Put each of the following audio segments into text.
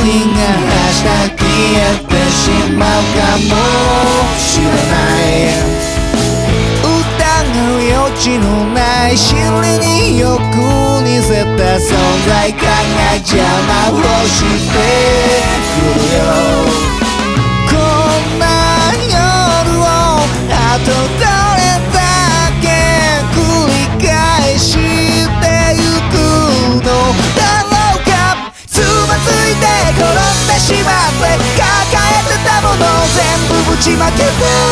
が明日消えてしまうかもしれない疑う余地のない心理によく似せた存在感が邪魔をしてくるよこんな夜をあとどれだけ繰り返してゆくのだろうかつまずいて転んでしまって抱えてたもの全部ぶちまけて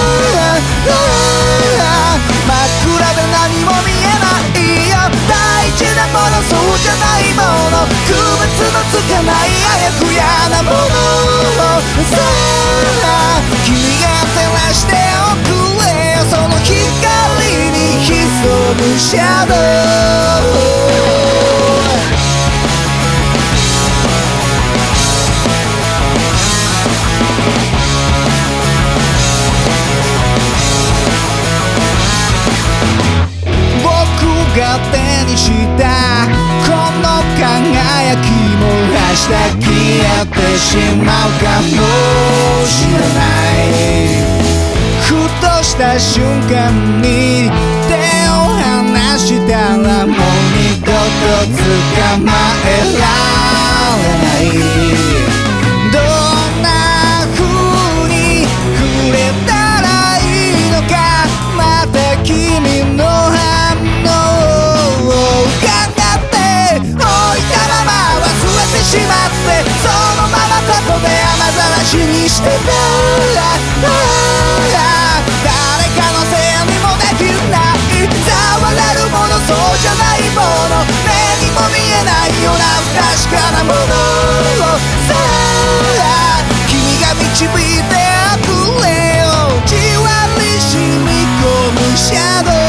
真っ暗で何も見えないよ大事なものそうじゃないもの区別のつかないあやふやなものさあ君が照らしておくれよその光に潜むシャドウが手にしたこの輝きも明日消えてしまうかもしれないふとした瞬間に手を離したらもう二度と捕まえられないどんな風に触れたらいいのかまた君のしまってそのままここで雨ざらしにしてた誰かのせいにもできない触れるものそうじゃないもの目にも見えないような不確かなものさあ君が導いてくれよじわり染み込むシャドウ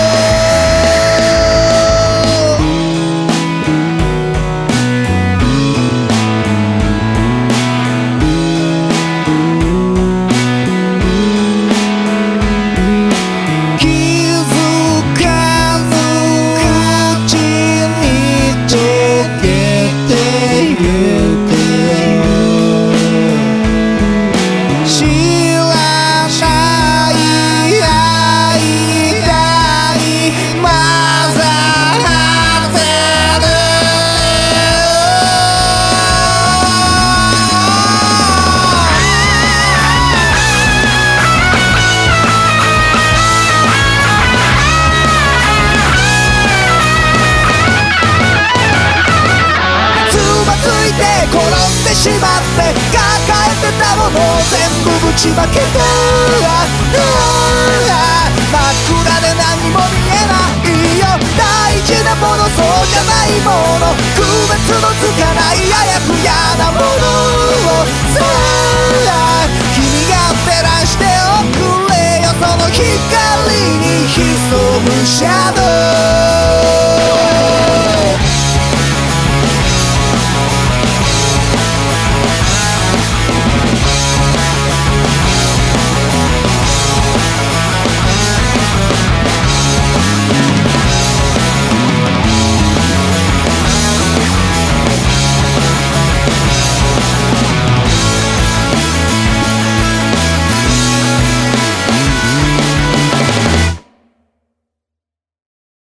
しまって抱えてたもの全部ぶちまけた真っ暗で何も見えないよ大事なものそうじゃないもの区別のつかない